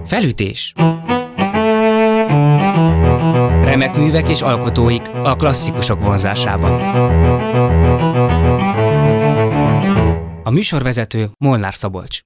Felütés. Remek művek és alkotóik a klasszikusok vonzásában. A műsorvezető Molnár Szabolcs.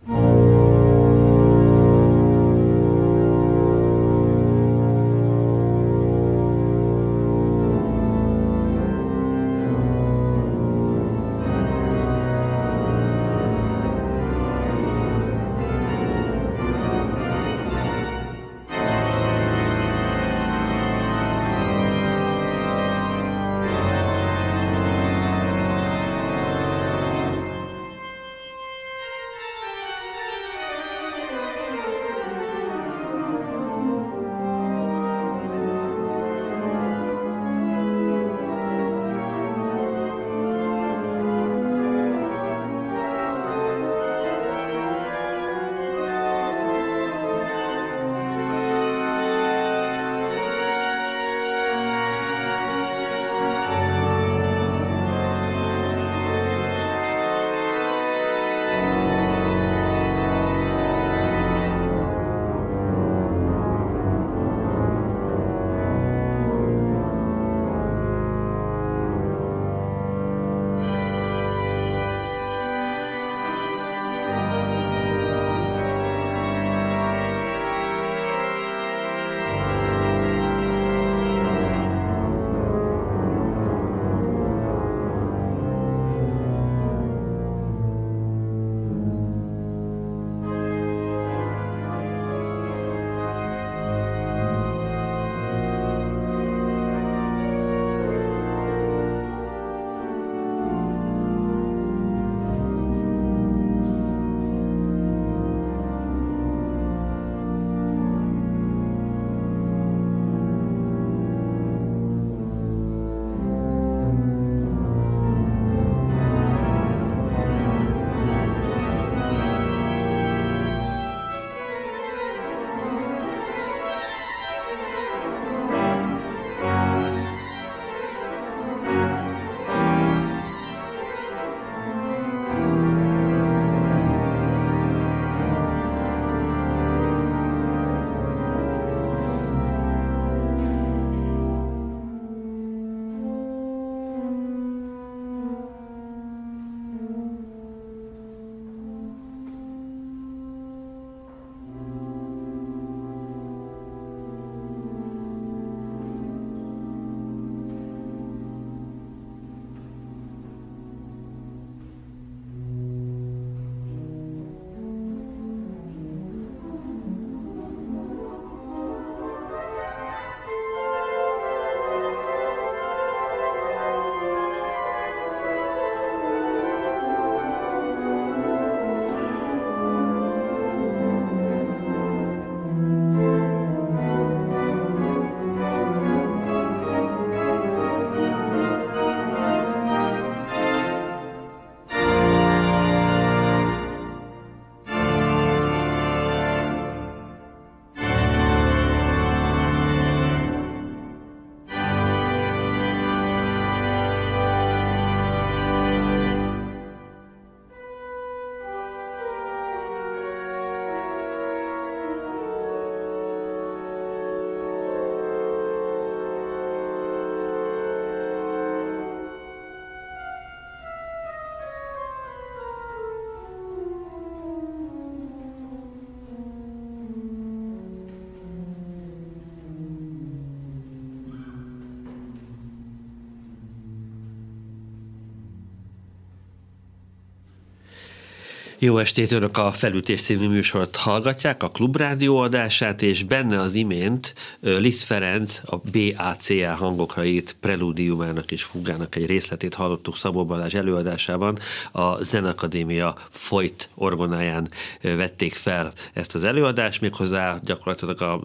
Jó estét, önök a Felütés című műsort hallgatják, a Klubrádió adását, és benne az imént Liszt Ferenc a BACL hangokra írt prelúdiumának és fugának egy részletét hallottuk Szabó Balázs előadásában. A Zeneakadémia Folyt orgonáján vették fel ezt az előadást, méghozzá gyakorlatilag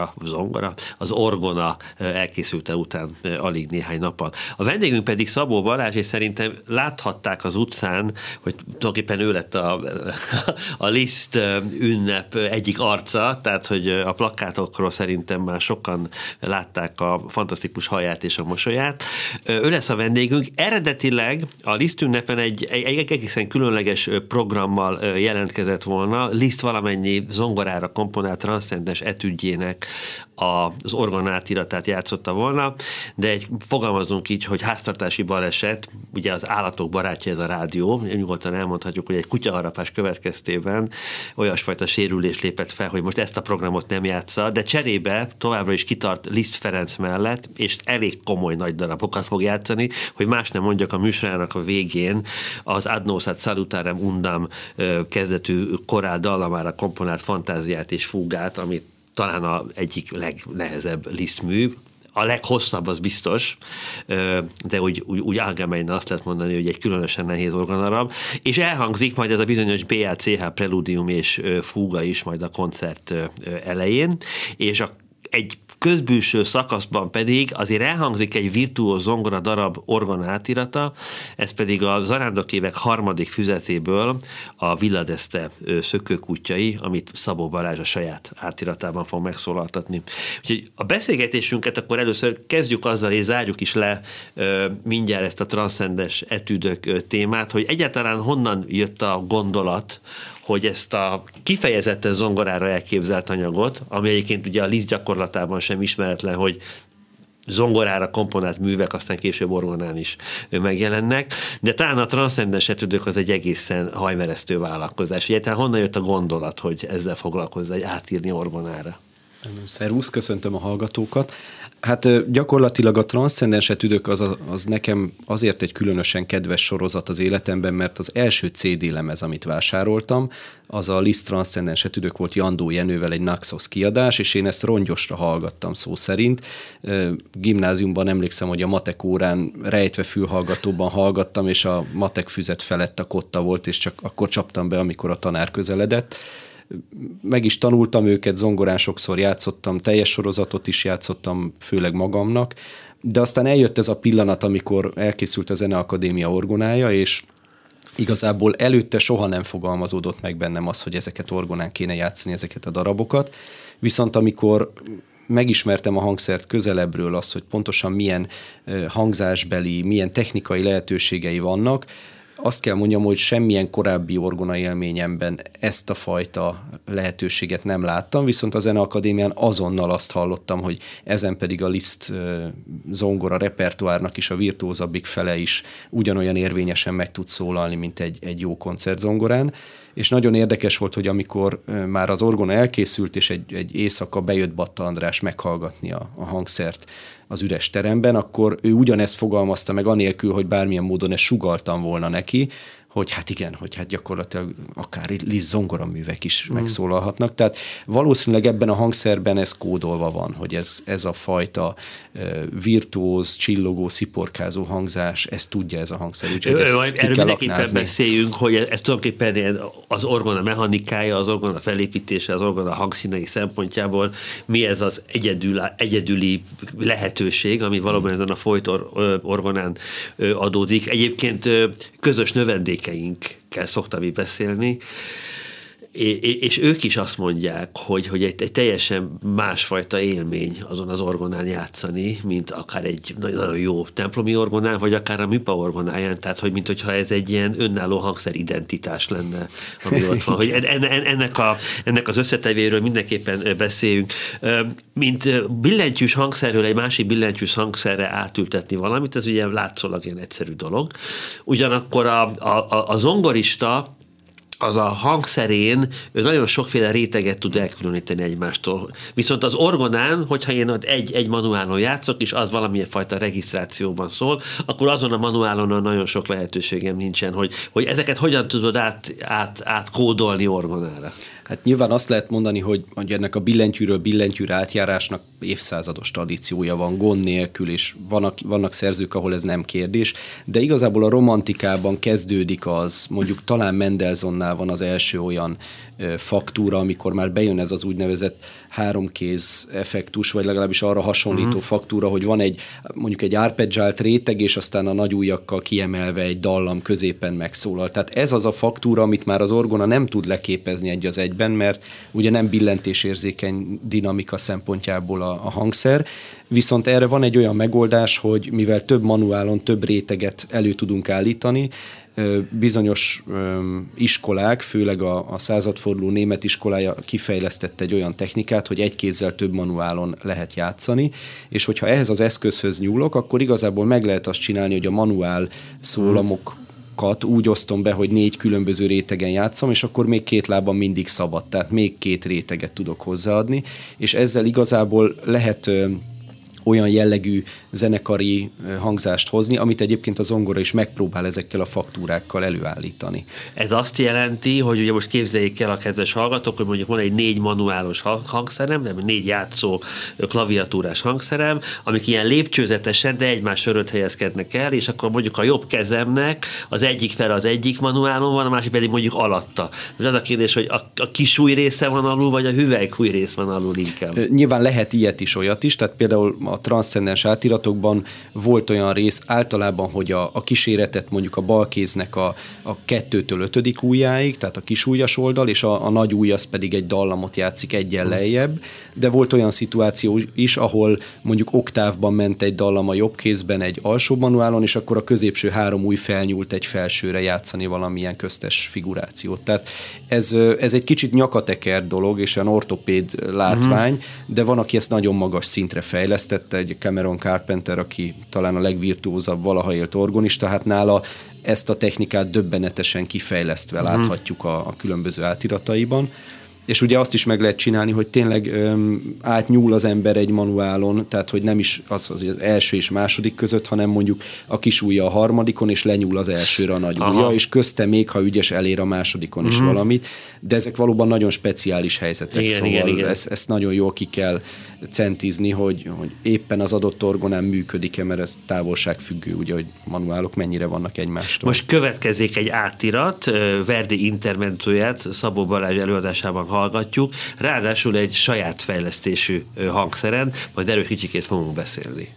az orgona elkészülte után alig néhány nappal. A vendégünk pedig Szabó Balázs, és szerintem láthatták az utcán, hogy tulajdonképpen ő lett a Liszt ünnep egyik arca, tehát hogy a plakátokról szerintem már sokan látták a fantasztikus haját és a mosolyát. Ő lesz a vendégünk. Eredetileg a Liszt ünnepen egy egészen különleges programmal jelentkezett volna. Liszt valamennyi zongorára komponált transzcendens etüdjének az orgonátiratát játszotta volna, de fogalmazunk így, hogy háztartási baleset, ugye az állatok barátja ez a rádió, nyugodtan elmondhatjuk, hogy egy kutyaharapás következtében olyasfajta sérülés lépett fel, hogy most ezt a programot nem játsza, de cserébe továbbra is kitart Liszt Ferenc mellett, és elég komoly nagy darabokat fog játszani, hogy más nem mondjak, a műsorának a végén az Ad nos ad salutarem undam kezdetű korál dallamára komponált fantáziát és fúgát, amit talán az egyik legnehezebb Liszt mű, a leghosszabb, az biztos, de úgy allgemein azt lehet mondani, hogy egy különösen nehéz orgondarab, és elhangzik majd ez a bizonyos BACH preludium és fúga is majd a koncert elején, és egy közbülső szakaszban pedig azért elhangzik egy virtuóz zongora darab orgonátirata, ez pedig a Zarándokévek harmadik füzetéből a Villa d'Este szökőkutyai, amit Szabó Balázs a saját átiratában fog megszólaltatni. Úgyhogy a beszélgetésünket akkor először kezdjük azzal, és zárjuk is le mindjárt ezt a transzcendens etüdök témát, hogy egyáltalán honnan jött a gondolat, hogy ezt a kifejezetten zongorára elképzelt anyagot, ami egyébként ugye a Liszt gyakorlatában sem ismeretlen, hogy zongorára komponált művek aztán később orgonán is megjelennek, de talán a transzcendens etüdök az egy egészen hajmeresztő vállalkozás. Egyáltalán honnan jött a gondolat, hogy ezzel foglalkozz, hogy átírni orgonára? Szervusz, köszöntöm a hallgatókat. Hát gyakorlatilag a transzcendens etüdök az nekem azért egy különösen kedves sorozat az életemben, mert az első CD lemez, amit vásároltam, az a Liszt transzcendens etüdök volt Jandó Jenővel egy Naxos kiadás, és én ezt rongyosra hallgattam szó szerint. Gimnáziumban emlékszem, hogy a matek órán rejtve fülhallgatóban hallgattam, és a matek füzet felett a kotta volt, és csak akkor csaptam be, amikor a tanár közeledett. Meg is tanultam őket, zongorán sokszor játszottam, teljes sorozatot is játszottam, főleg magamnak, de aztán eljött ez a pillanat, amikor elkészült a Zeneakadémia orgonája, és igazából előtte soha nem fogalmazódott meg bennem az, hogy ezeket orgonán kéne játszani, ezeket a darabokat, viszont amikor megismertem a hangszert közelebbről, azt, hogy pontosan milyen hangzásbeli, milyen technikai lehetőségei vannak, azt kell mondjam, hogy semmilyen korábbi orgona élményemben ezt a fajta lehetőséget nem láttam, viszont a Zeneakadémián azonnal azt hallottam, hogy ezen pedig a Liszt zongora repertoárnak is a virtuózabbik fele is ugyanolyan érvényesen meg tud szólalni, mint egy jó koncertzongorán. És nagyon érdekes volt, hogy amikor már az orgona elkészült, és egy éjszaka bejött Batta András meghallgatni a hangszert az üres teremben, akkor ő ugyanezt fogalmazta meg, anélkül, hogy bármilyen módon ezt sugalltam volna neki, hogy hát igen, hogy hát gyakorlatilag akár Liszt zongoraművek is megszólalhatnak. Tehát valószínűleg ebben a hangszerben ez kódolva van, hogy ez a fajta virtuóz, csillogó, sziporkázó hangzás, ez tudja ez a hangszer. Erről mindenképpen beszéljünk, hogy ez tulajdonképpen az orgona mechanikája, az orgona felépítése, az orgona hangszínei szempontjából mi ez az egyedüli lehetőség, ami valóban ezen a folyt orgonán adódik. Egyébként közös növendékeinkkel szoktam így beszélni, és ők is azt mondják, hogy egy teljesen másfajta élmény azon az orgonán játszani, mint akár egy nagyon jó templomi orgonán, vagy akár a műpa orgonáján, tehát hogy mintha ez egy ilyen önálló hangszeridentitás lenne, ami ott van. Hogy ennek az összetevéről mindenképpen beszéljünk. Mint billentyűs hangszerről egy másik billentyűs hangszerre átültetni valamit, ez ugye látszólag ilyen egyszerű dolog. Ugyanakkor a zongorista az a hangszerén nagyon sokféle réteget tud elkülöníteni egymástól. Viszont az orgonán, hogyha én ott egy manuálon játszok, és az valamilyen fajta regisztrációban szól, akkor azon a manuálon nagyon sok lehetőségem nincsen, hogy ezeket hogyan tudod átkódolni orgonára. Hát nyilván azt lehet mondani, hogy ennek a billentyűről billentyűre átjárásnak évszázados tradíciója van, gond nélkül, és vannak szerzők, ahol ez nem kérdés, de igazából a romantikában kezdődik az, mondjuk talán Mendelssohnnál van az első olyan faktúra, amikor már bejön ez az úgynevezett háromkéz effektus, vagy legalábbis arra hasonlító faktúra, hogy van mondjuk egy arpeggiált réteg, és aztán a nagy ujjakkal kiemelve egy dallam középen megszólal. Tehát ez az a faktúra, amit már az orgona nem tud leképezni egy az egyben, mert ugye nem billentésérzékeny dinamika szempontjából a hangszer, viszont erre van egy olyan megoldás, hogy mivel több manuálon több réteget elő tudunk állítani, bizonyos iskolák, főleg a századforduló német iskolája kifejlesztett egy olyan technikát, hogy egy kézzel több manuálon lehet játszani, és hogyha ehhez az eszközhöz nyúlok, akkor igazából meg lehet azt csinálni, hogy a manuál szólamokat úgy osztom be, hogy 4 különböző rétegen játszom, és akkor még 2 lábam mindig szabad, tehát még 2 réteget tudok hozzáadni, és ezzel igazából lehet olyan jellegű zenekari hangzást hozni, amit egyébként a zongora is megpróbál ezekkel a faktúrákkal előállítani. Ez azt jelenti, hogy ugye most képzeljék el a kedves hallgatók, hogy mondjuk van egy 4 manuálos hangszerem, nem 4 játszó klaviatúrás hangszerem, amik ilyen lépcsőzetesen, de egymás fölött helyezkednek el, és akkor mondjuk a jobb kezemnek az egyik fel az egyik manuálon van, a másik pedig mondjuk alatta. Most az a kérdés, hogy a kisúj része van alul, vagy a hüvelykúj rész van alul inkább. Nyilván lehet ilyet is, olyat is, tehát például a transzcendens átiratokban volt olyan rész általában, hogy a kíséretet mondjuk a bal kéznek a 2-től 5. ujjáig, tehát a kisujjas oldal, és a nagy ujjas pedig egy dallamot játszik egyen lejjebb, de volt olyan szituáció is, ahol mondjuk oktávban ment egy dallam a jobb kézben egy alsó manuálon, és akkor a középső 3 ujj felnyúlt egy felsőre játszani valamilyen köztes figurációt. Tehát ez egy kicsit nyakateker dolog, és olyan ortopéd látvány, de van, aki ezt nagyon magas szintre fejlesztette, egy Cameron Carpenter, aki talán a legvirtuózabb valaha élt orgonista, hát nála ezt a technikát döbbenetesen kifejlesztve láthatjuk a különböző átirataiban. És ugye azt is meg lehet csinálni, hogy tényleg átnyúl az ember egy manuálon, tehát hogy nem is az első és második között, hanem mondjuk a kis ujja a harmadikon, és lenyúl az elsőre a nagy ujja, és közte még, ha ügyes, elér a másodikon is valamit. De ezek valóban nagyon speciális helyzetek, igen, szóval igen. Ezt nagyon jól ki kell centizni, hogy éppen az adott orgonán működik-e, mert ez távolságfüggő, ugye, hogy manuálok mennyire vannak egymástól. Most következik egy átirat, Verdi intermenzóját Szabó Balázs előadásában hallgatjuk, ráadásul egy saját fejlesztésű hangszeren, majd erről kicsikét fogunk beszélni.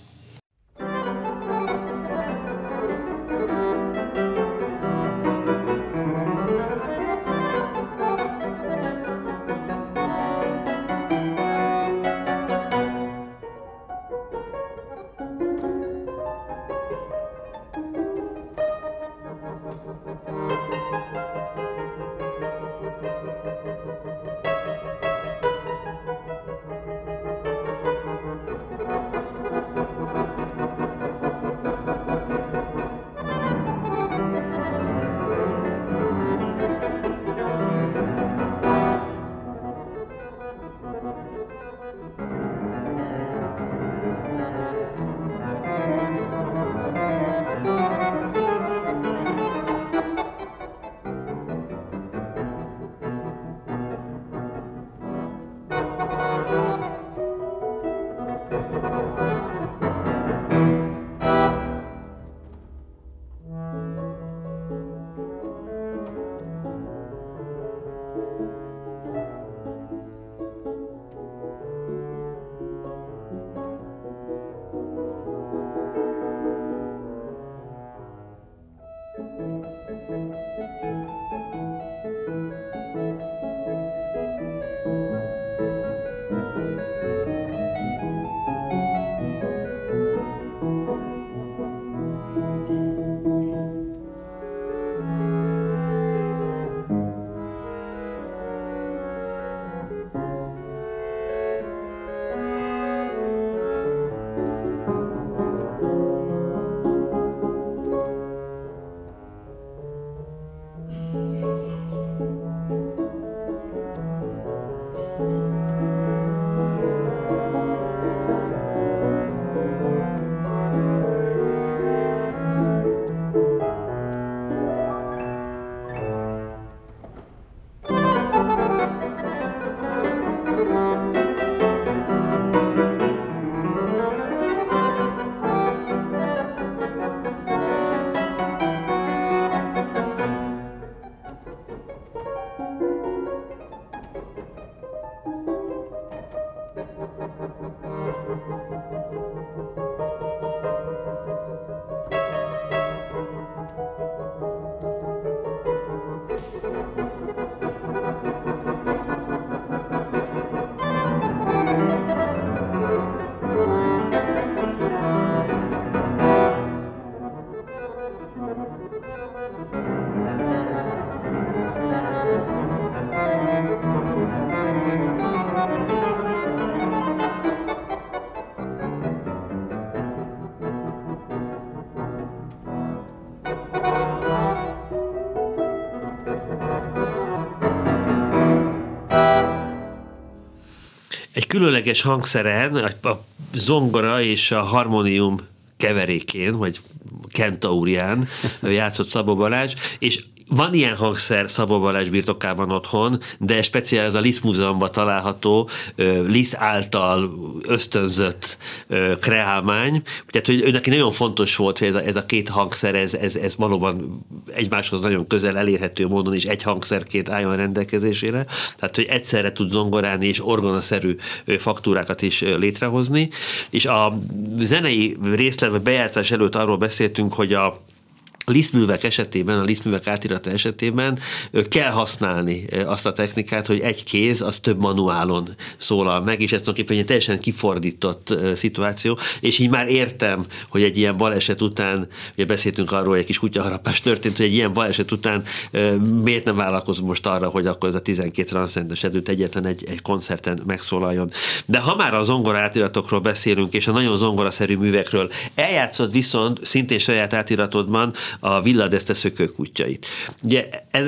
Egy különleges hangszeren, a zongora és a harmónium keverékén, vagy kentaurián játszott Szabó Balázs, és van ilyen hangszer Szabó Balázs birtokában otthon, de speciál ez a Liszt Múzeumban található, Liszt által ösztönzött kreálmány. Tehát, hogy ő neki nagyon fontos volt, hogy ez a két hangszer, ez valóban egymáshoz nagyon közel elérhető módon is egy hangszerként álljon rendelkezésére. Tehát, hogy egyszerre tud zongorálni és orgonaszerű faktúrákat is létrehozni. És a zenei részlet, vagy bejátszás előtt arról beszéltünk, hogy a Liszt-művek esetében, a Liszt-művek átirata esetében kell használni azt a technikát, hogy egy kéz az több manuálon szólal meg, és ez tulajdonképpen egy teljesen kifordított szituáció, és így már értem, hogy egy ilyen baleset után, ugye beszéltünk arról, hogy egy kis kutyaharapás történt, hogy egy ilyen baleset után miért nem vállalkozunk most arra, hogy akkor ez a 12 transzcendes erőt egyetlen egy koncerten megszólaljon. De ha már a zongora átiratokról beszélünk, és a nagyon zongoraszerű művekről, eljátszott viszont szintén saját átiratodban a Villa d'Este szökőkutyait. Ugye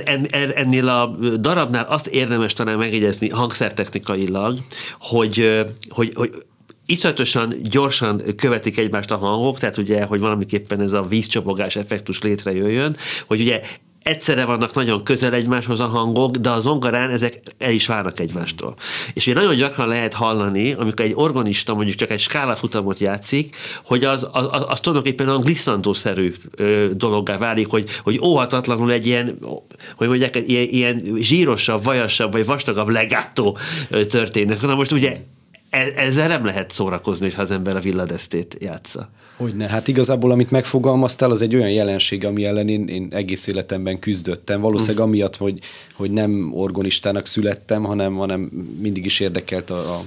ennél a darabnál azt érdemes talán megjegyezni hangszertechnikailag, hogy iszonyatosan gyorsan követik egymást a hangok, tehát ugye, hogy valamiképpen ez a vízcsapogás effektus létrejöjjön, hogy ugye egyszerre vannak nagyon közel egymáshoz a hangok, de a zongorán ezek el is válnak egymástól. És ugye nagyon gyakran lehet hallani, amikor egy organista mondjuk csak egy skálafutamot játszik, hogy az tulajdonképpen olyan glisszandószerű dologgá válik, hogy óhatatlanul egy ilyen, hogy mondják, ilyen zsírosabb, vajasabb vagy vastagabb legato történnek. Na most ugye ezzel nem lehet szórakozni, ha az ember a Villa d'Estét játsza. Hogyne, hát igazából, amit megfogalmaztál, az egy olyan jelenség, ami ellen én egész életemben küzdöttem. Valószínűleg amiatt, hogy nem organistának születtem, hanem mindig is érdekelt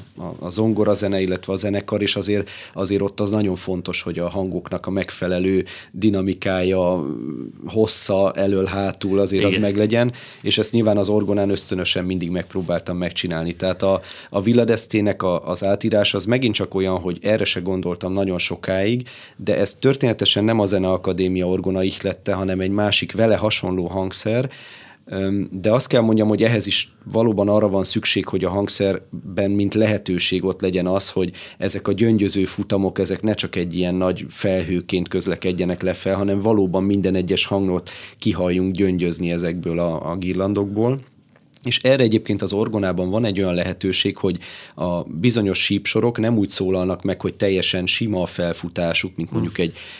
a zongorazene, illetve a zenekar, és azért ott az nagyon fontos, hogy a hangoknak a megfelelő dinamikája, hossza elől-hátul azért igen, az meglegyen, és ezt nyilván az orgonán ösztönösen mindig megpróbáltam megcsinálni. Tehát a Villa d'Estének az átírás az megint csak olyan, hogy erre se gondoltam nagyon sokáig, de ez történetesen nem a Zeneakadémia orgona ihlette, hanem egy másik vele hasonló hangszer, de azt kell mondjam, hogy ehhez is valóban arra van szükség, hogy a hangszerben mint lehetőség ott legyen az, hogy ezek a gyöngyöző futamok, ezek ne csak egy ilyen nagy felhőként közlekedjenek lefelé, hanem valóban minden egyes hangot kihalljunk gyöngyözni ezekből a girlandokból. És erre egyébként az orgonában van egy olyan lehetőség, hogy a bizonyos sípsorok nem úgy szólalnak meg, hogy teljesen sima a felfutásuk, mint mondjuk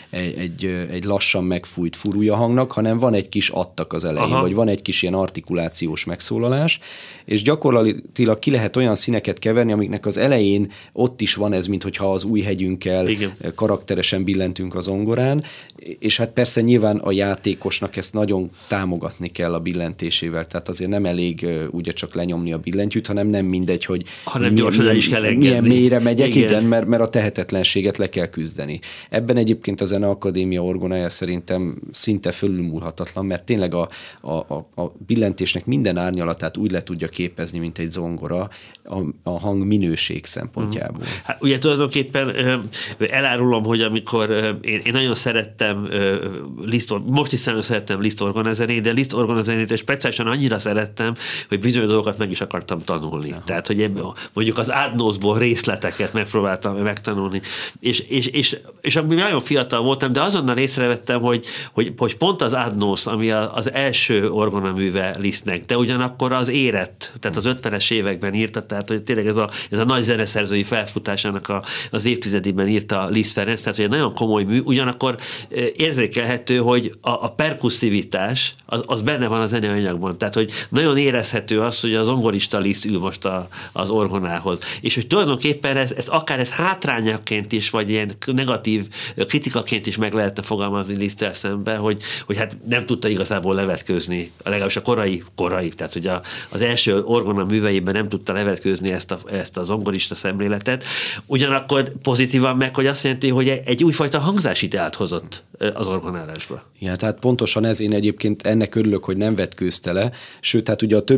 egy lassan megfújt furúja hangnak, hanem van egy kis attak az elején, aha, vagy van egy kis ilyen artikulációs megszólalás, és gyakorlatilag ki lehet olyan színeket keverni, amiknek az elején ott is van ez, minthogyha az új hegyünkkel igen, karakteresen billentünk az zongorán, és hát persze nyilván a játékosnak ezt nagyon támogatni kell a billentésével, tehát azért nem elég ugye csak lenyomni a billentyűt, hanem nem mindegy, hogy milyen mélyre megyek, igen, mert a tehetetlenséget le kell küzdeni. Ebben egyébként a Zeneakadémia orgonája szerintem szinte fölülmúlhatatlan, mert tényleg a billentésnek minden árnyalatát úgy le tudja képezni, mint egy zongora a hang minőség szempontjából. Hát, ugye tulajdonképpen elárulom, hogy amikor én nagyon szerettem most is nagyon szerettem Liszt orgonazenét, de Liszt orgonazenét és speciálisan annyira szerettem, hogy bizonyos dolgokat meg is akartam tanulni. Aha. Tehát, hogy mondjuk az Adnosból részleteket megpróbáltam megtanulni. És amikor nagyon fiatal voltam, de azonnal észrevettem, hogy pont az Adnos, ami az első orgonaműve Lisztnek, de ugyanakkor az érett, tehát az 50-es években írta, tehát hogy tényleg ez a nagy zeneszerzői felfutásának az évtizedében írta Liszt Ferenc, tehát hogy egy nagyon komoly mű, ugyanakkor érzékelhető, hogy a perkusszivitás az benne van a zeneanyagban. Tehát, hogy nagyon érezhető az, hogy az zongorista Liszt ül most az orgonához. És hogy tulajdonképpen ez akár ez hátrányaként is, vagy ilyen negatív kritikaként is meg lehetne fogalmazni Liszttel szembe, hogy hát nem tudta igazából levetkőzni, legalábbis a korai, tehát hogy az első orgona műveiben nem tudta levetkőzni ezt a zongorista szemléletet. Ugyanakkor pozitívan meg, hogy azt jelenti, hogy egy újfajta hangzási ideát hozott az orgonálásba. Ja, tehát pontosan ez, én egyébként ennek örülök, hogy nem vetkőzte le, sőt, hát ugye a többi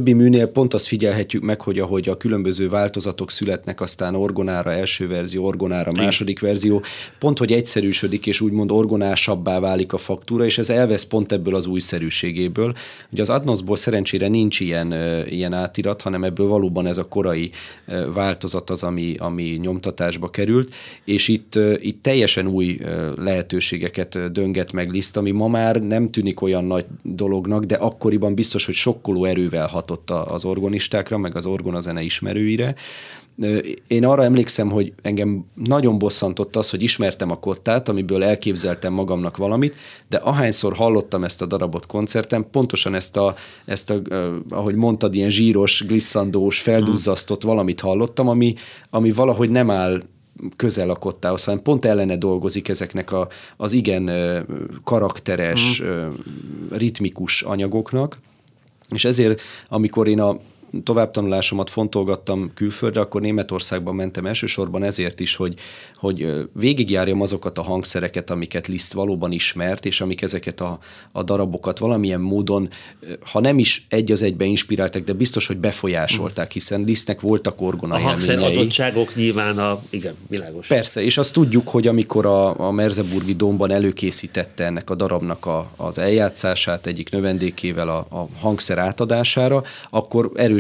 többi műnél pont azt figyelhetjük meg, hogy ahogy a különböző változatok születnek, aztán orgonára első verzió, orgonára második verzió, pont hogy egyszerűsödik, és úgymond orgonásabbá válik a faktúra, és ez elvesz pont ebből az újszerűségéből. Ugye az Atmosból szerencsére nincs ilyen átirat, hanem ebből valóban ez a korai változat az, ami nyomtatásba került, és itt teljesen új lehetőségeket dönget meg Liszt, ami ma már nem tűnik olyan nagy dolognak, de akkoriban biztos, hogy sokkoló erővel hatott az orgonistákra, meg az orgonazene ismerőire. Én arra emlékszem, hogy engem nagyon bosszantott az, hogy ismertem a kottát, amiből elképzeltem magamnak valamit, de ahányszor hallottam ezt a darabot koncerten, pontosan ezt ahogy mondtad, ilyen zsíros, glisszandós, felduzzasztott valamit hallottam, ami valahogy nem áll közel a kottához, hanem pont ellene dolgozik ezeknek az igen karakteres, ritmikus anyagoknak, és ezért, amikor én a továbbtanulásomat fontolgattam külföldre, akkor Németországban mentem elsősorban ezért is, hogy végigjárjam azokat a hangszereket, amiket Liszt valóban ismert, és amik ezeket a darabokat valamilyen módon, ha nem is egy az egyben inspiráltak, de biztos, hogy befolyásolták, hiszen Lisztnek voltak orgona élményei. A hangszeradottságok nyilván igen, világos. Persze, és azt tudjuk, hogy amikor a Merseburgi Dómban előkészítette ennek a darabnak az eljátszását egyik növendékével a hangszer átadására, akkor erősen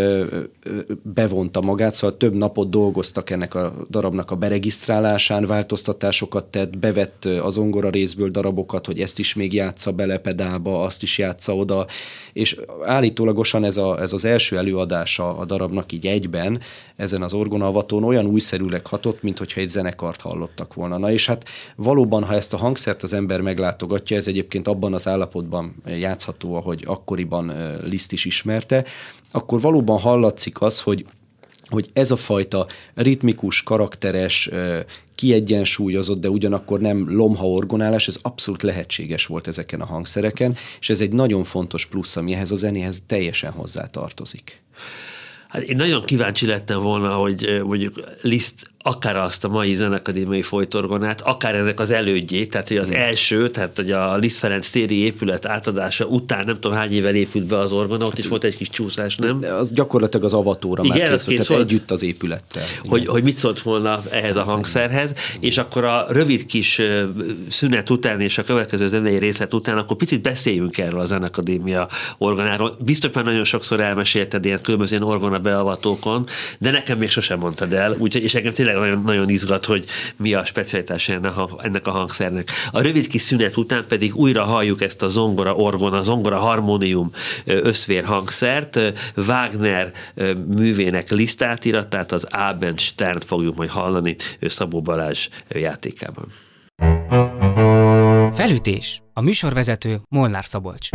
bevonta magát, szóval több napot dolgoztak ennek a darabnak a beregisztrálásán, változtatásokat tett, bevett az zongora részből darabokat, hogy ezt is még játsza bele pedálba, azt is játsza oda, és állítólagosan ez az első előadása a darabnak így egyben, ezen az orgonaavatón olyan újszerűleg hatott, mint hogyha egy zenekart hallottak volna. Na és hát valóban, ha ezt a hangszert az ember meglátogatja, ez egyébként abban az állapotban játszható, ahogy akkoriban Liszt is ismerte, akkor valóban hallatszik az, hogy ez a fajta ritmikus, karakteres, kiegyensúlyozott, de ugyanakkor nem lomha orgonálás, ez abszolút lehetséges volt ezeken a hangszereken, és ez egy nagyon fontos plusz, ami ehhez a zenéhez teljesen hozzátartozik. Hát én nagyon kíváncsi lettem volna, hogy mondjuk Liszt akár azt a mai zenekadémiai folytorgonát, akár ennek az elődjét, tehát hogy az első, tehát hogy a Liszt Ferenc téri épület átadása után nem tudom hány évvel épült be az orgona, ott is volt egy kis csúszás, nem? Az gyakorlatilag az avatóra már készült, tehát együtt az épülettel. Hogy mit szólt volna ehhez a hangszerhez, és akkor a rövid kis szünet után és a következő zenei részlet után akkor picit beszéljünk erről a zenekadémia orgonáról. Biztos már nagyon sokszor elmesélted ilyen különböző orgona beavatókon, de nekem még sosem mondtad el, úgyhogy és engem tényleg nagyon, nagyon izgat, hogy mi a specialitás ennek a hangszernek. A rövid kis szünet után pedig újra halljuk ezt a zongora-orgona, zongora-harmónium összvér hangszert, Wagner művének Liszt átiratát, az Abendsternt fogjuk majd hallani Szabó Balázs játékában. Felütés. A műsorvezető Molnár Szabolcs.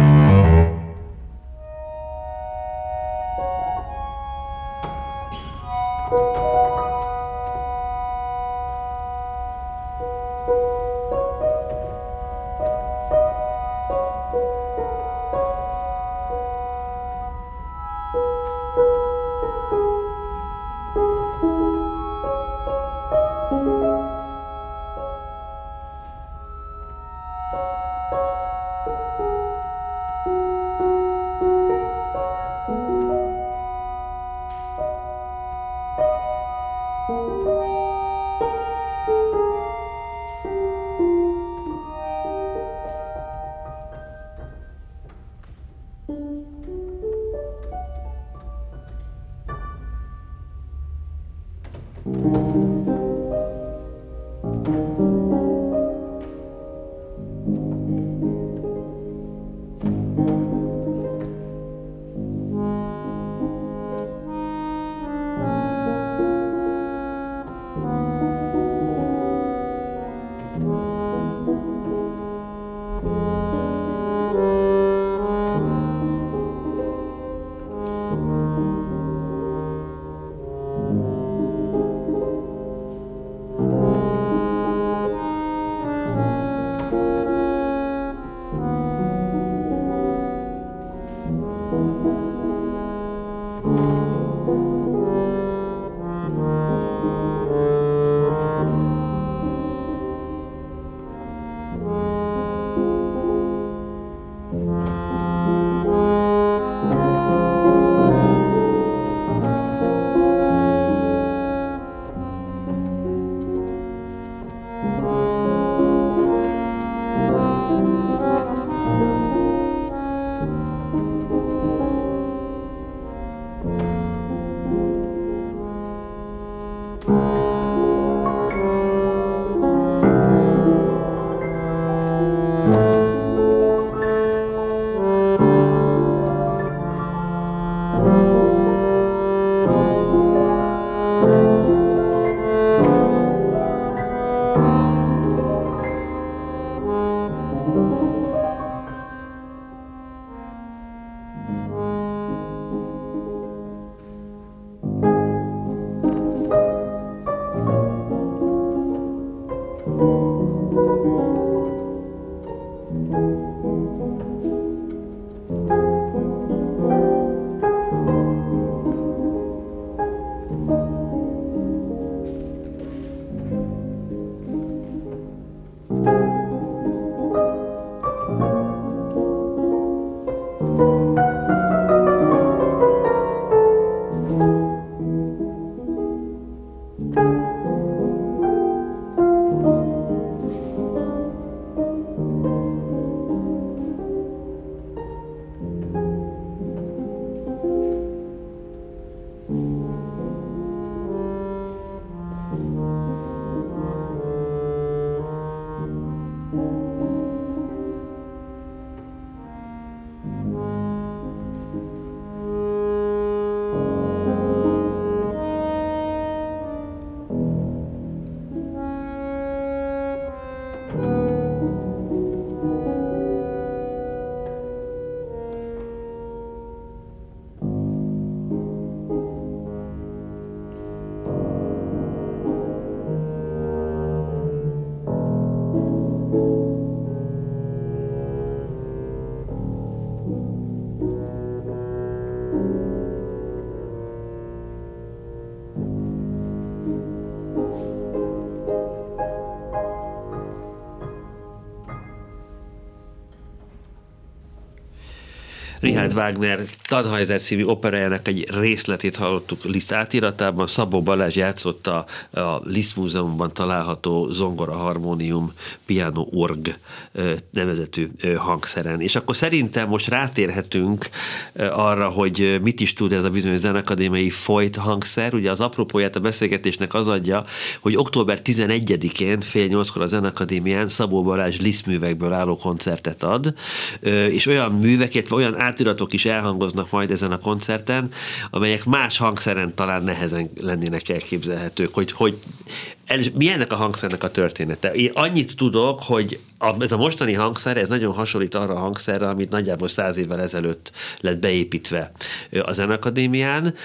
Richard Wagner Tannhäuser című operájának egy részletét hallottuk Liszt átiratában. Szabó Balázs játszott a Liszt Múzeumban található zongora harmónium piano org nevezetű hangszeren. És akkor szerintem most rátérhetünk arra, hogy mit is tud ez a bizonyos zenekadémiai folyt hangszer. Ugye az apropóját a beszélgetésnek az adja, hogy október 11-én fél 8-kor a Zenekadémián Szabó Balázs Liszt művekből álló koncertet ad, és olyan művek, illetve olyan átiratok is elhangoznak majd ezen a koncerten, amelyek más hangszeren talán nehezen lennének elképzelhetők, hogy mi ennek a hangszernek a története. Én annyit tudok, hogy ez a mostani hangszer, ez nagyon hasonlít arra a hangszerre, amit nagyjából 100 évvel ezelőtt lett beépítve a Zenekadémián,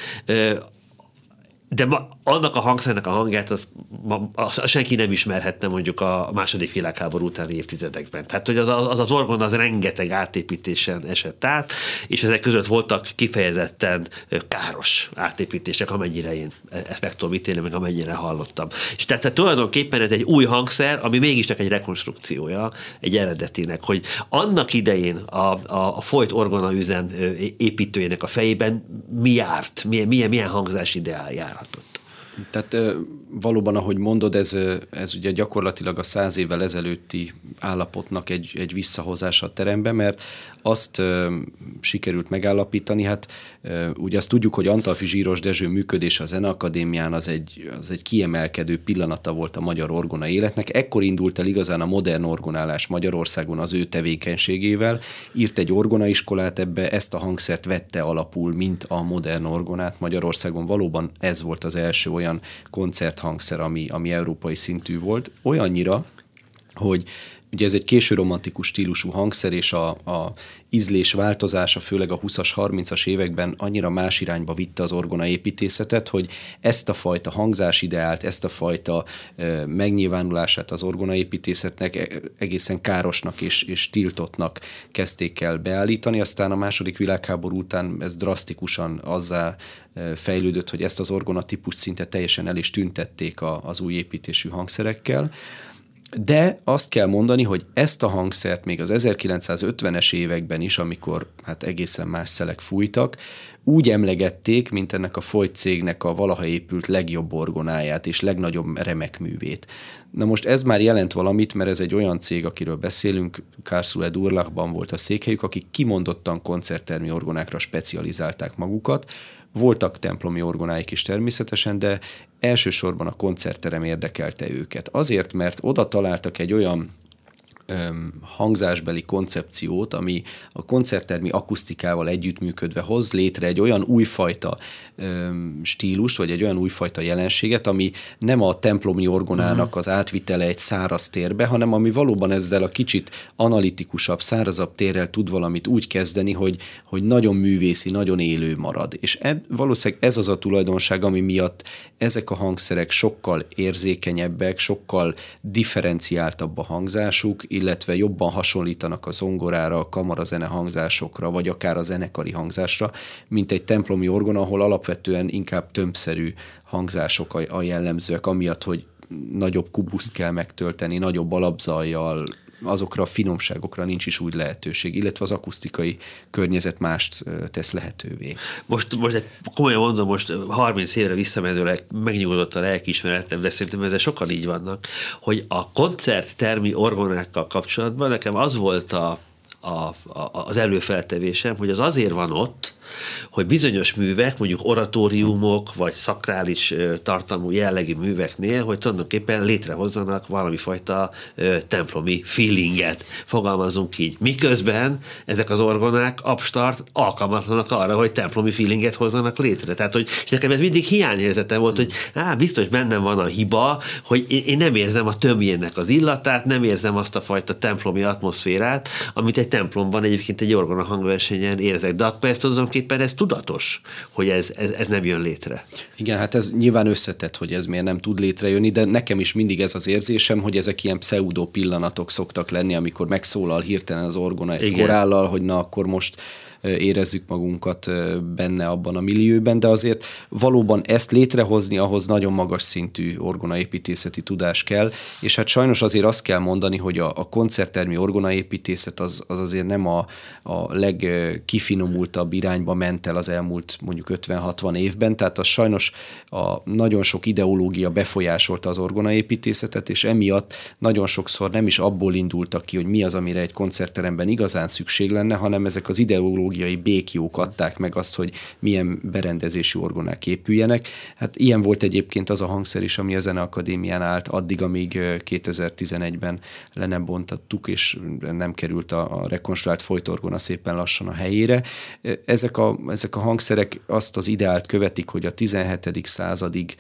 de annak a hangszernek a hangját az senki nem ismerhette mondjuk a második világháború utáni évtizedekben. Tehát, hogy az orgona az rengeteg átépítésen esett át, és ezek között voltak kifejezetten káros átépítések, amennyire én ezt meg tudom ítélni, meg amennyire hallottam. És tehát tulajdonképpen ez egy új hangszer, ami mégiscsak egy rekonstrukciója egy eredetinek, hogy annak idején a folyt orgonaüzem építőjének a fejében mi járt, milyen hangzás ideál járhatott. Tehát valóban, ahogy mondod, ez ugye gyakorlatilag a 100 évvel ezelőtti állapotnak egy visszahozása a terembe, mert azt sikerült megállapítani, hát ugye azt tudjuk, hogy Antalffy Zsíros Dezső működése a Zeneakadémián az egy kiemelkedő pillanata volt a magyar orgona életnek. Ekkor indult el igazán a modern orgonálás Magyarországon az ő tevékenységével. Írt egy orgonaiskolát, ebbe ezt a hangszert vette alapul, mint a modern orgonát Magyarországon. Valóban ez volt az első olyan koncerthangszer, ami európai szintű volt. Olyannyira, hogy ugye ez egy késő romantikus stílusú hangszer, és a ízlés változása, főleg a 20-as, 30-as években annyira más irányba vitte az orgonaépítészetet, hogy ezt a fajta hangzásideált, ezt a fajta megnyilvánulását az orgonaépítészetnek egészen károsnak és tiltottnak kezdték el beállítani. Aztán a második világháború után ez drasztikusan azzá fejlődött, hogy ezt az orgonatípus szinte teljesen el is tüntették az új építésű hangszerekkel. De azt kell mondani, hogy ezt a hangszert még az 1950-es években is, amikor hát egészen más szelek fújtak, úgy emlegették, mint ennek a folyt cégnek a valaha épült legjobb orgonáját és legnagyobb remek művét. Na most ez már jelent valamit, mert ez egy olyan cég, akiről beszélünk, Karlsruhe Durlachban volt a székhelyük, akik kimondottan koncerttermi orgonákra specializálták magukat. Voltak templomi orgonáik is természetesen, de elsősorban a koncertterem érdekelte őket. Azért, mert oda találtak egy olyan hangzásbeli koncepciót, ami a koncerttermi akusztikával együttműködve hoz létre egy olyan újfajta stílust, vagy egy olyan újfajta jelenséget, ami nem a templomi orgonának az átvitele egy száraz térbe, hanem ami valóban ezzel a kicsit analitikusabb, szárazabb térrel tud valamit úgy kezdeni, hogy nagyon művészi, nagyon élő marad. És valószínűleg ez az a tulajdonság, ami miatt ezek a hangszerek sokkal érzékenyebbek, sokkal differenciáltabb a hangzásuk, illetve jobban hasonlítanak a zongorára, a kamarazene hangzásokra, vagy akár a zenekari hangzásra, mint egy templomi orgona, ahol alapvetően inkább tömbszerű hangzások a jellemzőek, amiatt, hogy nagyobb kubuszt kell megtölteni, nagyobb alapzajjal, azokra a finomságokra nincs is úgy lehetőség, illetve az akusztikai környezet mást tesz lehetővé. Most komolyan mondom, most 30 évre visszamenőleg megnyugodott a lelkiismeretem, de szerintem ezzel sokan így vannak, hogy a koncerttermi orgonákkal kapcsolatban nekem az volt az előfeltevésem, hogy az azért van ott, hogy bizonyos művek, mondjuk oratóriumok, vagy szakrális tartalmú jellegű műveknél, hogy tulajdonképpen létrehozzanak valami fajta templomi feelinget, fogalmazunk így. Miközben ezek az orgonák abstart alkalmatlanak arra, hogy templomi feelinget hozzanak létre. Tehát, hogy, és nekem ez mindig hiányérzetem volt, hogy biztos bennem van a hiba, hogy én nem érzem a tömjének az illatát, nem érzem azt a fajta templomi atmoszférát, amit egy templomban egyébként egy orgona hangversenyen érzek. De akkor ezt tulajdonképpen ez tudatos, hogy ez nem jön létre. Igen, hát ez nyilván összetett, hogy ez miért nem tud létrejönni, de nekem is mindig ez az érzésem, hogy ezek ilyen pseudo pillanatok szoktak lenni, amikor megszólal hirtelen az orgona egy korállal, hogy na akkor most érezzük magunkat benne abban a millióben, de azért valóban ezt létrehozni, ahhoz nagyon magas szintű orgonaépítészeti tudás kell, és hát sajnos azért azt kell mondani, hogy a koncerttermi orgonaépítészet az azért nem a legkifinomultabb irányba ment el az elmúlt mondjuk 50-60 évben, tehát az sajnos nagyon sok ideológia befolyásolta az orgonaépítészetet, és emiatt nagyon sokszor nem is abból indultak ki, hogy mi az, amire egy koncertteremben igazán szükség lenne, hanem ezek az ideológiai békjók adták meg azt, hogy milyen berendezésű orgonák épüljenek. Hát ilyen volt egyébként az a hangszer is, ami a Zeneakadémián állt addig, amíg 2011-ben le nem bontattuk, és nem került a rekonstruált folytorgona szépen lassan a helyére. Ezek a hangszerek azt az ideált követik, hogy a 17. századig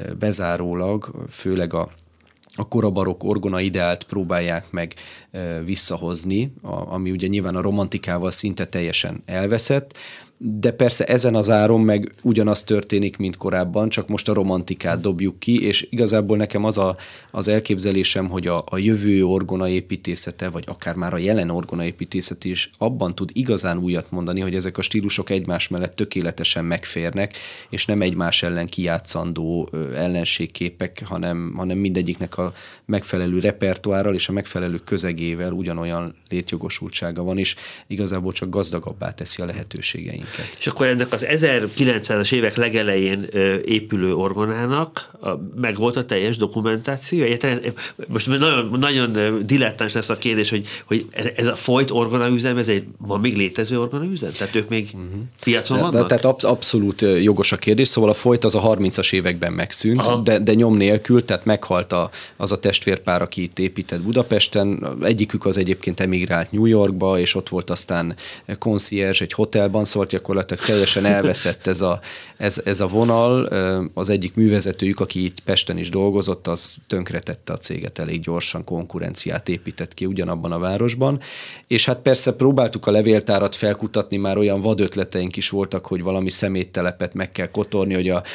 bezárólag, főleg a korabarokk orgona ideált próbálják meg visszahozni, ami ugye nyilván a romantikával szinte teljesen elveszett, de persze ezen az áron meg ugyanaz történik, mint korábban, csak most a romantikát dobjuk ki, és igazából nekem az elképzelésem, hogy a jövő orgonaépítészete, vagy akár már a jelen orgonaépítészet is abban tud igazán újat mondani, hogy ezek a stílusok egymás mellett tökéletesen megférnek, és nem egymás ellen kijátszandó ellenségképek, hanem mindegyiknek a megfelelő repertoárral és a megfelelő közegével ugyanolyan létjogosultsága van, és igazából csak gazdagabbá teszi a lehetőségeink. És akkor ennek az 1900-as évek legelején épülő orgonának meg volt a teljes dokumentáció? Most nagyon dilettáns lesz a kérdés, hogy ez a Foyt orgonaüzem, ez egy ma még létező orgonaüzem? Tehát ők még piacon vannak? Tehát abszolút jogos a kérdés, szóval a Foyt az a 30-as években megszűnt, de nyom nélkül, tehát meghalt az a testvérpár, aki itt épített Budapesten. Egyikük az egyébként emigrált New Yorkba, és ott volt aztán concierge egy hotelban, szóval gyakorlatilag teljesen elveszett ez a vonal. Az egyik művezetőjük, aki itt Pesten is dolgozott, az tönkretette a céget elég gyorsan, konkurenciát épített ki ugyanabban a városban. És hát persze próbáltuk a levéltárat felkutatni, már olyan vadötleteink is voltak, hogy valami szeméttelepet meg kell kotorni, hogy a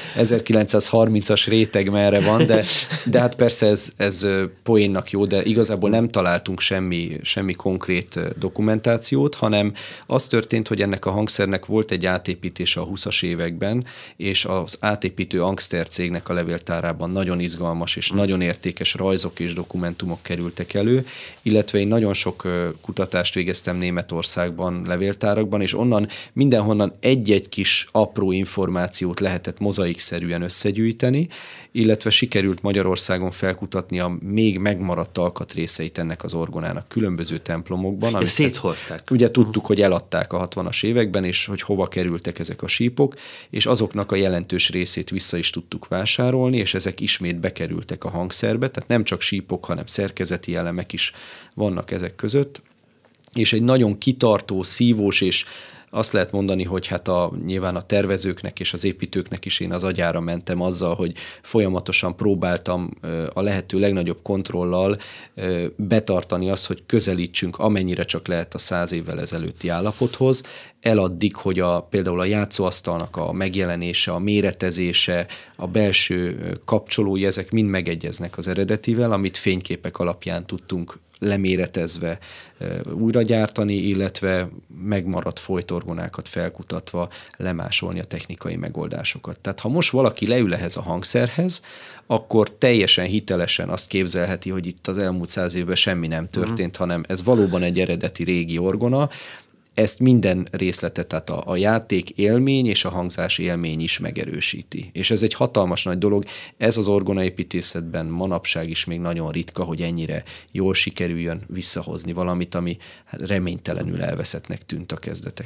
1930-as réteg merre van, de hát persze ez poénnak jó, de igazából nem találtunk semmi konkrét dokumentációt, hanem az történt, hogy ennek a hangszernek volt egy átépítése a 20-as években, és az átépítő Angster cégnek a levéltárában nagyon izgalmas és nagyon értékes rajzok és dokumentumok kerültek elő, illetve én nagyon sok kutatást végeztem Németországban, levéltárakban, és onnan mindenhonnan egy-egy kis apró információt lehetett mozaikszerűen összegyűjteni, illetve sikerült Magyarországon felkutatni a még megmaradt alkatrészeit ennek az orgonának különböző templomokban. Amit széthordták. Ugye tudtuk, hogy eladták a 60-as években, és hogy hova kerültek ezek a sípok, és azoknak a jelentős részét vissza is tudtuk vásárolni, és ezek ismét bekerültek a hangszerbe, tehát nem csak sípok, hanem szerkezeti elemek is vannak ezek között, és egy nagyon kitartó, szívós és azt lehet mondani, hogy hát nyilván a tervezőknek és az építőknek is én az agyára mentem azzal, hogy folyamatosan próbáltam a lehető legnagyobb kontrollal betartani azt, hogy közelítsünk amennyire csak lehet a 100 évvel ezelőtti állapothoz, eladdig, hogy például a játszóasztalnak a megjelenése, a méretezése, a belső kapcsolói, ezek mind megegyeznek az eredetivel, amit fényképek alapján tudtunk leméretezve újra gyártani, illetve megmaradt folytorgonákat felkutatva lemásolni a technikai megoldásokat. Tehát ha most valaki leül ehhez a hangszerhez, akkor teljesen hitelesen azt képzelheti, hogy itt az elmúlt 100 évben semmi nem történt, hanem ez valóban egy eredeti régi orgona. Ezt minden részletet, tehát a játék élmény és a hangzás élmény is megerősíti. És ez egy hatalmas nagy dolog. Ez az orgonaépítészetben manapság is még nagyon ritka, hogy ennyire jól sikerüljön visszahozni valamit, ami reménytelenül elveszettnek tűnt a kezdetek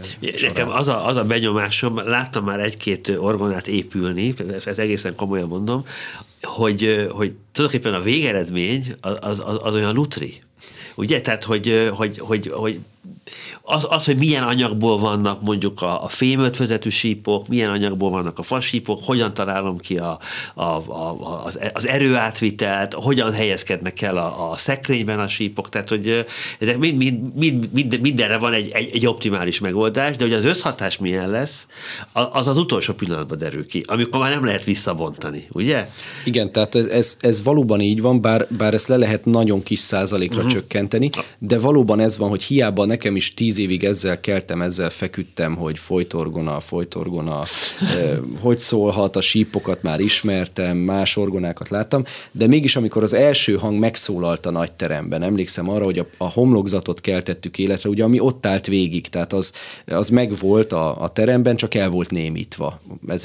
Nekem az a benyomásom, láttam már egy-két orgonát épülni, ez egészen komolyan mondom, hogy tulajdonképpen a végeredmény az olyan lutri. Ugye? Tehát, hogy hogy milyen anyagból vannak mondjuk a fémötvözetű sípok, milyen anyagból vannak a fasípok, hogyan találom ki az erőátvitelt, hogyan helyezkednek el a szekrényben a sípok, tehát hogy ezek mindenre van egy optimális megoldás, de hogy az összhatás milyen lesz, az utolsó pillanatban derül ki, amikor már nem lehet visszabontani, ugye? Igen, tehát ez valóban így van, bár ezt le lehet nagyon kis százalékra csökkenteni, de valóban ez van, hogy hiába nekem is 10 10 évig ezzel keltem, ezzel feküdtem, hogy folytorgona, hogy szólhat, a sípokat már ismertem, más orgonákat láttam, de mégis amikor az első hang megszólalt a nagy teremben, emlékszem arra, hogy a homlokzatot keltettük életre, ugye, ami ott állt végig, tehát az megvolt a teremben, csak el volt némítva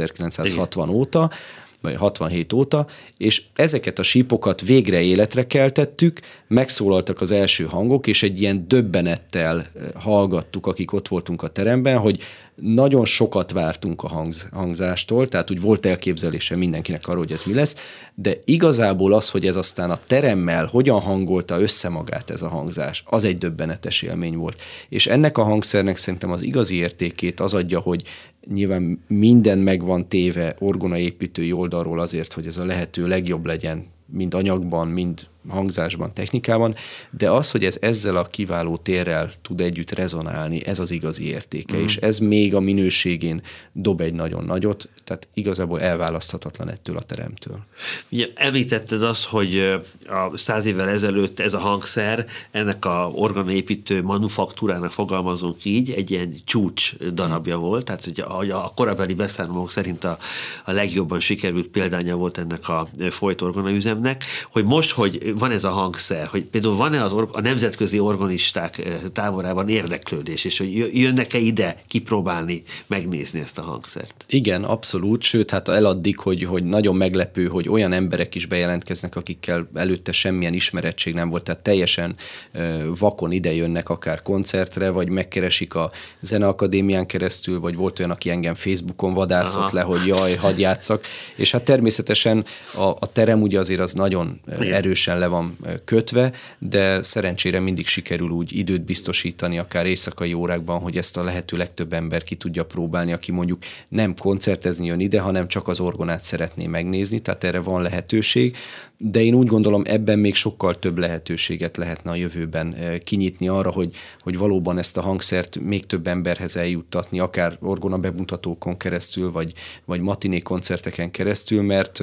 1960 óta, vagy 67 óta, és ezeket a sípokat végre életre keltettük, megszólaltak az első hangok, és egy ilyen döbbenettel hallgattuk, akik ott voltunk a teremben, hogy nagyon sokat vártunk a hangzástól, tehát úgy volt elképzelése mindenkinek arról, hogy ez mi lesz, de igazából az, hogy ez aztán a teremmel hogyan hangolta össze magát ez a hangzás, az egy döbbenetes élmény volt. És ennek a hangszernek szerintem az igazi értékét az adja, hogy nyilván minden meg van téve orgonaépítői oldalról azért, hogy ez a lehető legjobb legyen, mind anyagban, mind hangzásban, technikában, de az, hogy ez ezzel a kiváló térrel tud együtt rezonálni, ez az igazi értéke, és ez még a minőségén dob egy nagyon nagyot, tehát igazából elválaszthatatlan ettől a teremtől. Ugye említetted azt, hogy a 100 évvel ezelőtt ez a hangszer, ennek a orgonaépítő manufaktúrának fogalmazunk így, egy ilyen csúcs darabja volt, tehát hogy a korabeli beszámolók szerint a legjobban sikerült példánya volt ennek a folytorgonaüzemnek, hogy most, hogy van ez a hangszer, hogy például van-e a nemzetközi orgonisták táborában érdeklődés, és hogy jönnek-e ide kipróbálni, megnézni ezt a hangszert? Igen, abszolút, sőt, hát eladdig, hogy nagyon meglepő, hogy olyan emberek is bejelentkeznek, akikkel előtte semmilyen ismerettség nem volt, tehát teljesen vakon ide jönnek akár koncertre, vagy megkeresik a Zeneakadémián keresztül, vagy volt olyan, aki engem Facebookon vadászott le, hogy jaj, hadd játsszak, és hát természetesen a terem ugye azért az nagyon erősen le van kötve, de szerencsére mindig sikerül úgy időt biztosítani, akár éjszakai órákban, hogy ezt a lehető legtöbb ember ki tudja próbálni, aki mondjuk nem koncertezni jön ide, hanem csak az orgonát szeretné megnézni, tehát erre van lehetőség, de én úgy gondolom, ebben még sokkal több lehetőséget lehetne a jövőben kinyitni arra, hogy valóban ezt a hangszert még több emberhez eljuttatni, akár orgona bemutatókon keresztül, vagy matiné koncerteken keresztül, mert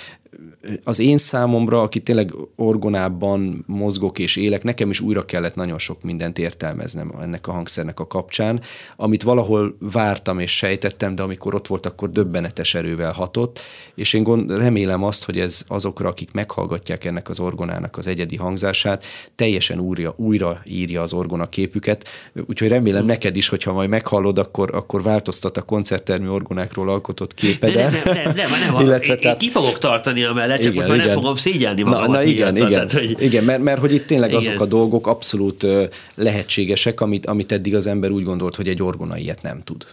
az én számomra, aki tényleg orgonában mozgok és élek, nekem is újra kellett nagyon sok mindent értelmeznem ennek a hangszernek a kapcsán, amit valahol vártam és sejtettem, de amikor ott volt, akkor döbbenetes erővel hatott, és én remélem azt, hogy ez azokra, akik meghallgatják ennek az orgonának az egyedi hangzását, teljesen újra írja az orgona képüket, úgyhogy remélem neked is, hogyha majd meghallod, akkor változtat a koncerttermi orgonákról alkotott képeden. Nem. Én ki fogok tartani amellett, csak most már nem fogom szégyelni magamat. Igen, mert hogy itt tényleg azok a dolgok abszolút lehetségesek, amit eddig az ember úgy gondolt, hogy egy orgona ilyet nem tud.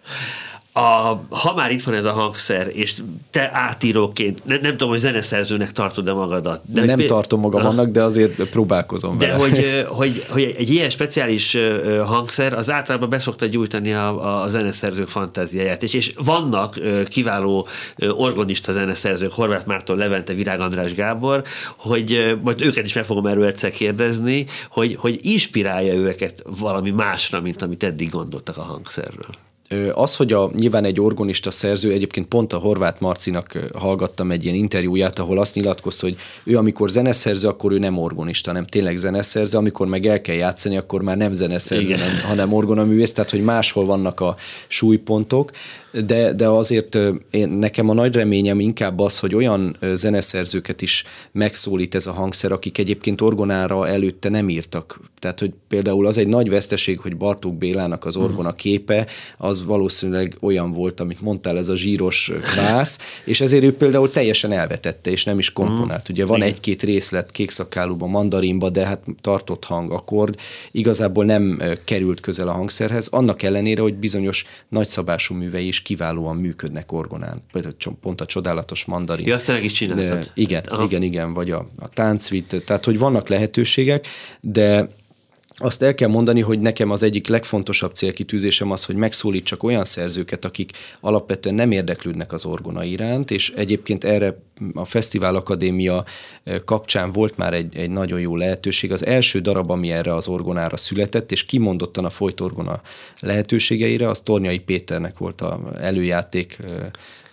Ha már itt van ez a hangszer, és te átíróként, nem tudom, hogy zeneszerzőnek tartod-e magadat. De nem tartom magam annak, de azért próbálkozom vele. De hogy egy ilyen speciális hangszer, az általában beszokta gyújtani a zeneszerzők fantáziáját. És vannak kiváló orgonista zeneszerzők, Horváth Márton, Levente, Virág András, Gábor, hogy majd őket is meg fogom erről egyszer kérdezni, hogy inspirálja őket valami másra, mint amit eddig gondoltak a hangszerről. Az, hogy nyilván egy orgonista szerző, egyébként pont a Horváth Marcinak hallgattam egy ilyen interjúját, ahol azt nyilatkozta, hogy ő amikor zeneszerző, akkor ő nem orgonista, hanem tényleg zeneszerző, amikor meg el kell játszani, akkor már nem zeneszerző, hanem orgonaművész, tehát hogy máshol vannak a súlypontok, de azért nekem a nagy reményem inkább az, hogy olyan zeneszerzőket is megszólít ez a hangszer, akik egyébként orgonára előtte nem írtak. Tehát, hogy például az egy nagy veszteség, hogy Bartók Bélának az orgona képe, az valószínűleg olyan volt, amit mondtál, ez a zsíros kvász, és ezért ő például teljesen elvetette, és nem is komponált. Ugye van egy-két részlet Kékszakálúban, Mandarinba, de hát tartott hang, akkord, igazából nem került közel a hangszerhez, annak ellenére, hogy bizonyos nagyszabású művei is kiválóan működnek orgonán. Például pont a csodálatos Mandarin. Ja, azt te meg is csináltad. Igen, vagy a táncvitt, tehát hogy vannak lehetőségek, de azt el kell mondani, hogy nekem az egyik legfontosabb célkitűzésem az, hogy megszólítsak olyan szerzőket, akik alapvetően nem érdeklődnek az orgona iránt, és egyébként erre a Fesztivál Akadémia kapcsán volt már egy nagyon jó lehetőség. Az első darab, ami erre az orgonára született, és kimondottan a folytorgona lehetőségeire, az Tornyai Péternek volt az előjáték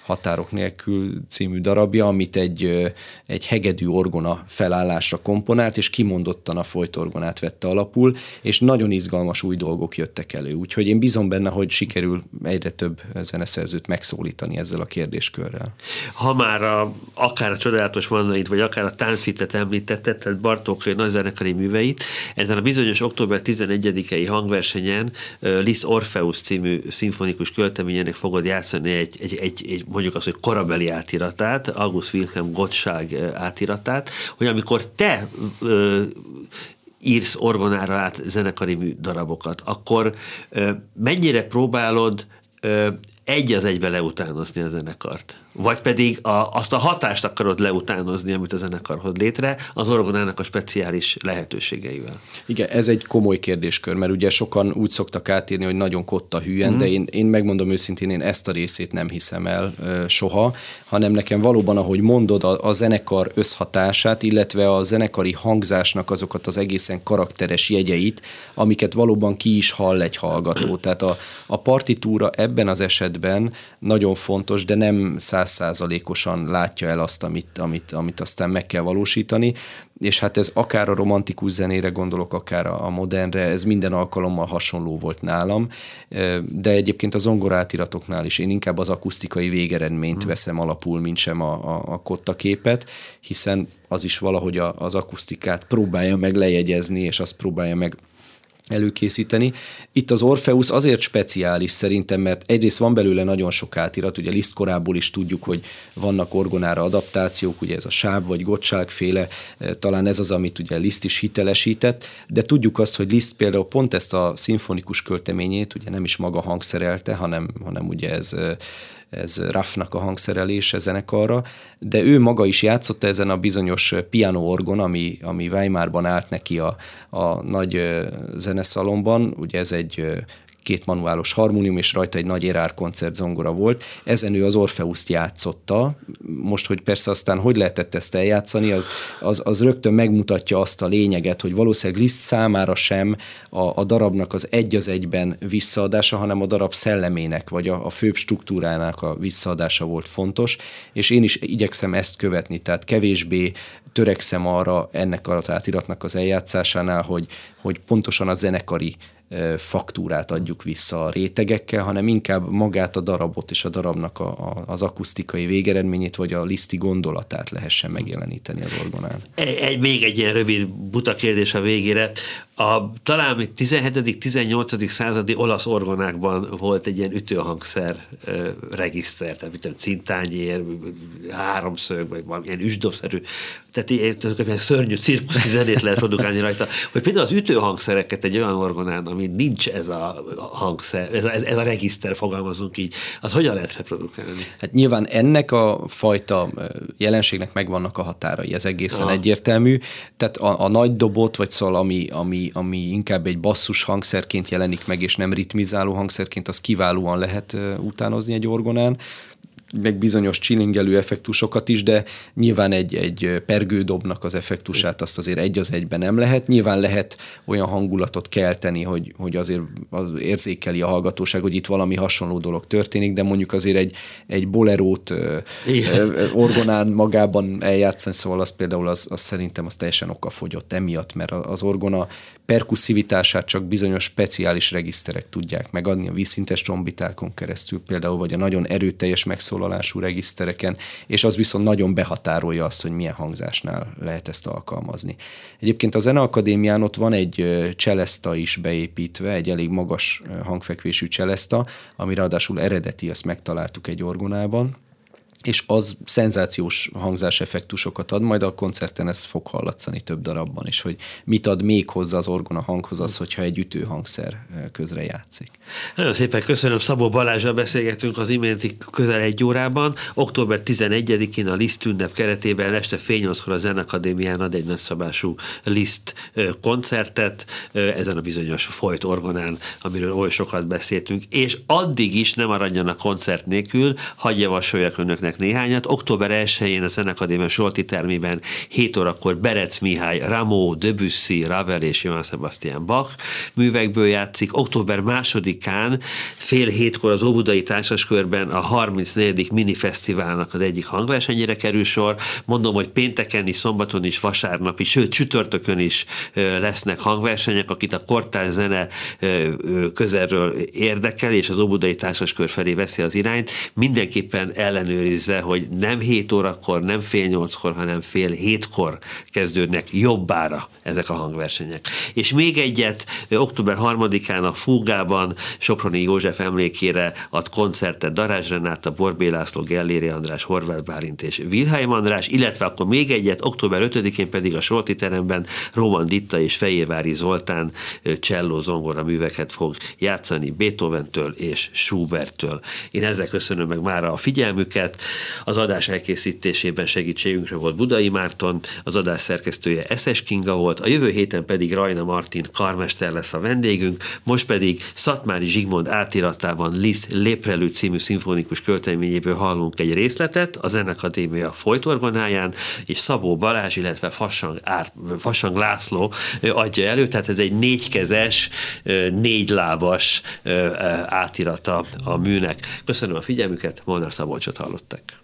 Határok nélkül című darabja, amit egy hegedű orgona felállásra komponált, és kimondottan a folytorgonát vette alapul, és nagyon izgalmas új dolgok jöttek elő. Úgyhogy én bízom benne, hogy sikerül egyre több zeneszerzőt megszólítani ezzel a kérdéskörrel. Ha már akár a Csodálatos Mannait, vagy akár a Táncfittet említetted, tehát Bartók nagyzenekari műveit, ezen a bizonyos október 11-i hangversenyen Liszt Orpheus című szimfonikus költeményének fogod játszani egy mondjuk azt, hogy korabeli átiratát, August Wilhelm Gottschalk átiratát, hogy amikor te írsz orgonára át zenekari darabokat, akkor mennyire próbálod egy az egybe leutánozni a zenekart? Vagy pedig azt a hatást akarod leutánozni, amit a zenekar hoz létre, az orgonának a speciális lehetőségeivel? Igen, ez egy komoly kérdéskör, mert ugye sokan úgy szoktak átírni, hogy nagyon kotta hülyen, de én megmondom őszintén, én ezt a részét nem hiszem el soha, hanem nekem valóban, ahogy mondod, a zenekar összhatását, illetve a zenekari hangzásnak azokat az egészen karakteres jegyeit, amiket valóban ki is hall egy hallgató. Tehát a partitúra ebben az esetben nagyon fontos, de nem 100%-osan látja el azt, amit aztán meg kell valósítani, és hát ez akár a romantikus zenére gondolok, akár a modernre, ez minden alkalommal hasonló volt nálam, de egyébként a zongorátiratoknál is én inkább az akusztikai végeredményt veszem alapul, mint sem a kotta képet, hiszen az is valahogy az akusztikát próbálja meg lejegyezni, és azt próbálja meg előkészíteni. Itt az Orpheus azért speciális szerintem, mert egyrészt van belőle nagyon sok átirat, ugye Liszt korából is tudjuk, hogy vannak orgonára adaptációk, ugye ez a Sáb vagy Gottschalk féle, talán ez az, amit ugye Liszt is hitelesített, de tudjuk azt, hogy Liszt például pont ezt a szimfonikus költeményét, ugye nem is maga hangszerelte, hanem ugye ez Raffnak a hangszerelése zenekarra, de ő maga is játszotta ezen a bizonyos piano-orgon, ami Weimarban állt neki a nagy zeneszalomban, ugye ez egy kétmanuálos harmónium, és rajta egy nagy Erard koncertzongora volt. Ezen ő az Orpheust játszotta. Most, hogy persze aztán hogy lehetett ezt eljátszani, az rögtön megmutatja azt a lényeget, hogy valószínűleg Liszt számára sem a darabnak az egy az egyben visszaadása, hanem a darab szellemének, vagy a főbb struktúrának a visszaadása volt fontos, és én is igyekszem ezt követni, tehát kevésbé törekszem arra ennek az átiratnak az eljátszásánál, hogy pontosan a zenekari faktúrát adjuk vissza a rétegekkel, hanem inkább magát a darabot és a darabnak az akusztikai végeredményét, vagy a liszti gondolatát lehessen megjeleníteni az orgonán. Még egy ilyen rövid buta kérdés a végére. Talán 17.-18. századi olasz orgonákban volt egy ilyen ütőhangszer regiszter, tehát mint cintányér, háromszög, vagy valamilyen üsdobszerű, tehát ilyen szörnyű cirkuszi zenét lehet produkálni rajta, hogy például az ütőhangszereket egy olyan orgonán, ami nincs ez a hangszer, ez a regiszter, fogalmazunk így, az hogyan lehet reprodukálni? Hát nyilván ennek a fajta jelenségnek megvannak a határai, ez egészen egyértelmű, tehát a nagy dobot, vagy szól, ami inkább egy basszus hangszerként jelenik meg, és nem ritmizáló hangszerként, az kiválóan lehet utánozni egy orgonán, meg bizonyos csilingelő effektusokat is, de nyilván egy pergődobnak az effektusát azt azért egy az egyben nem lehet. Nyilván lehet olyan hangulatot kelteni, hogy azért az érzékeli a hallgatóság, hogy itt valami hasonló dolog történik, de mondjuk azért egy bolerót orgonán magában eljátszani, szóval az például az szerintem az teljesen okafogyott emiatt, mert az orgona perkusszivitását csak bizonyos speciális regiszterek tudják megadni, a vízszintes trombitákon keresztül például, vagy a nagyon erőteljes megszólalású regisztereken, és az viszont nagyon behatárolja azt, hogy milyen hangzásnál lehet ezt alkalmazni. Egyébként a Zeneakadémián ott van egy cseleszta is beépítve, egy elég magas hangfekvésű cseleszta, ami ráadásul eredeti, azt megtaláltuk egy orgonában, és az szenzációs hangzáseffektusokat ad, majd a koncerten ezt fog hallatszani több darabban is, hogy mit ad még hozzá az orgona hanghoz az, hogyha egy ütőhangszer közre játszik. Nagyon szépen köszönöm, Szabó Balázsral beszélgettünk az iménti közel egy órában. Október 11-én a Liszt ünnep keretében este fél 8-kor a Zeneakadémián ad egy nagyszabású Liszt koncertet, ezen a bizonyos folyt orgonán, amiről oly sokat beszéltünk, és addig is nem maradjanak koncert nélkül, hadd javasoljak önöknek említenek néhányat. Október 1-én a Zenekadémia Solti termében 7 órakor Berec Mihály Rameau, Debussy, Ravel és Johann Sebastian Bach művekből játszik. Október 2-án fél 7-kor az Óbudai Társaskörben a 34. minifesztiválnak az egyik hangversenyére kerül sor. Mondom, hogy pénteken is, szombaton is, vasárnap is, sőt csütörtökön is lesznek hangversenyek, akit a kortárs zene közelről érdekel, és az Óbudai Társaskör felé veszi az irányt, mindenképpen ellenőrizze, hogy nem 7 órakor, nem fél 8-kor, hanem fél 7-kor kezdődnek jobbára ezek a hangversenyek. És még egyet, október 3-án a Fúgában Soproni József emlékére ad koncertet Darázs Renáta, Borbély László, Gelléri András, Horváth Bálint és Wilhelm András, illetve akkor még egyet, október 5-én pedig a Solti teremben Róman Ditta és Fejévári Zoltán cselló zongora műveket fog játszani Beethoventől és Schuberttől. Én ezzel köszönöm meg mára a figyelmüket. Az adás elkészítésében segítségünkre volt Budai Márton, az adás szerkesztője Eszes Kinga volt, a jövő héten pedig Rajna Martin karmester lesz a vendégünk, most pedig Szatmári Zsigmond átiratában Liszt Léprelő című szimfonikus költeményéből hallunk egy részletet a Zenekadémia folytorgonáján, és Szabó Balázs, illetve Fassang László adja elő, tehát ez egy 4-kezes, 4-lábas átirata a műnek. Köszönöm a figyelmüket, Molnár Szabolcsot hallották.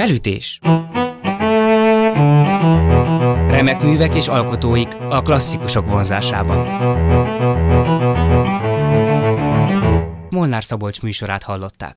Felütés. Remek művek és alkotóik a klasszikusok vonzásában. Molnár Szabolcs műsorát hallották.